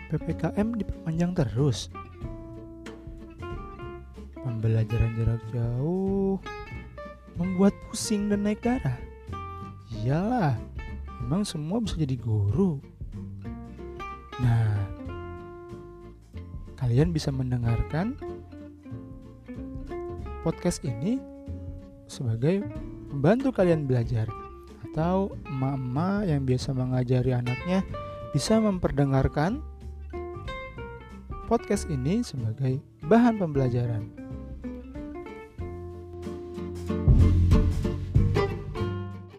PPKM diperpanjang terus. Pembelajaran jarak jauh membuat pusing dan naik darah. Iyalah, emang semua bisa jadi guru. Nah, kalian bisa mendengarkan podcast ini sebagai membantu kalian belajar, atau emak-emak yang biasa mengajari anaknya bisa memperdengarkan podcast ini sebagai bahan pembelajaran.